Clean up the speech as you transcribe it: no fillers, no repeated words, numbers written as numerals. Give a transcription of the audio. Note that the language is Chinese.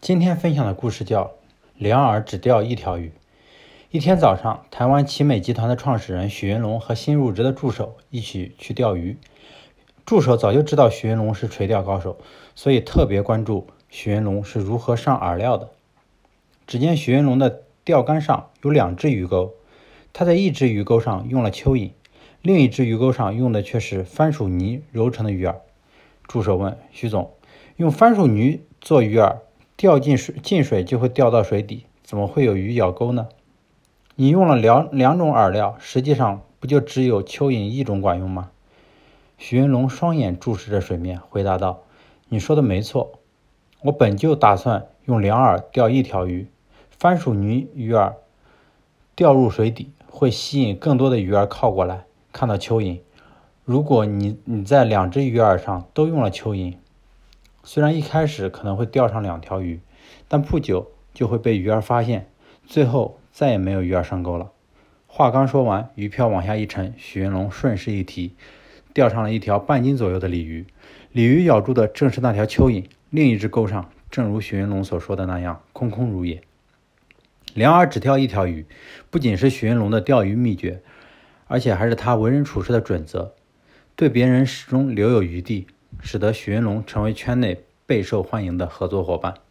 今天分享的故事叫两饵只钓一条鱼。一天早上，台湾奇美集团的创始人许云龙和新入职的助手一起去钓鱼。助手早就知道许云龙是垂钓高手，所以特别关注许云龙是如何上饵料的。只见许云龙的钓竿上有2只鱼钩，他在一只鱼钩上用了蚯蚓，另一只鱼钩上用的却是番薯泥揉成的鱼饵。助手问许总，用番薯泥做鱼饵，掉进水就会掉到水底，怎么会有鱼咬钩呢？你用了两种饵料，实际上不就只有蚯蚓一种管用吗？许云龙双眼注视着水面，回答道：你说的没错，我本就打算用2饵钓一条鱼，番薯泥鱼饵掉入水底会吸引更多的鱼儿靠过来，看到蚯蚓。如果你在2只鱼饵上都用了蚯蚓，虽然一开始可能会钓上2条鱼，但不久就会被鱼儿发现，最后再也没有鱼儿上钩了。话刚说完，鱼漂往下一沉，许云龙顺势一提，钓上了1条半斤左右的鲤鱼。鲤鱼咬住的正是那条蚯蚓，另一只钩上正如许云龙所说的那样，空空如也。2饵只钓一条鱼，不仅是许云龙的钓鱼秘诀，而且还是他为人处事的准则，对别人始终留有余地，使得许云龙成为圈内备受欢迎的合作伙伴。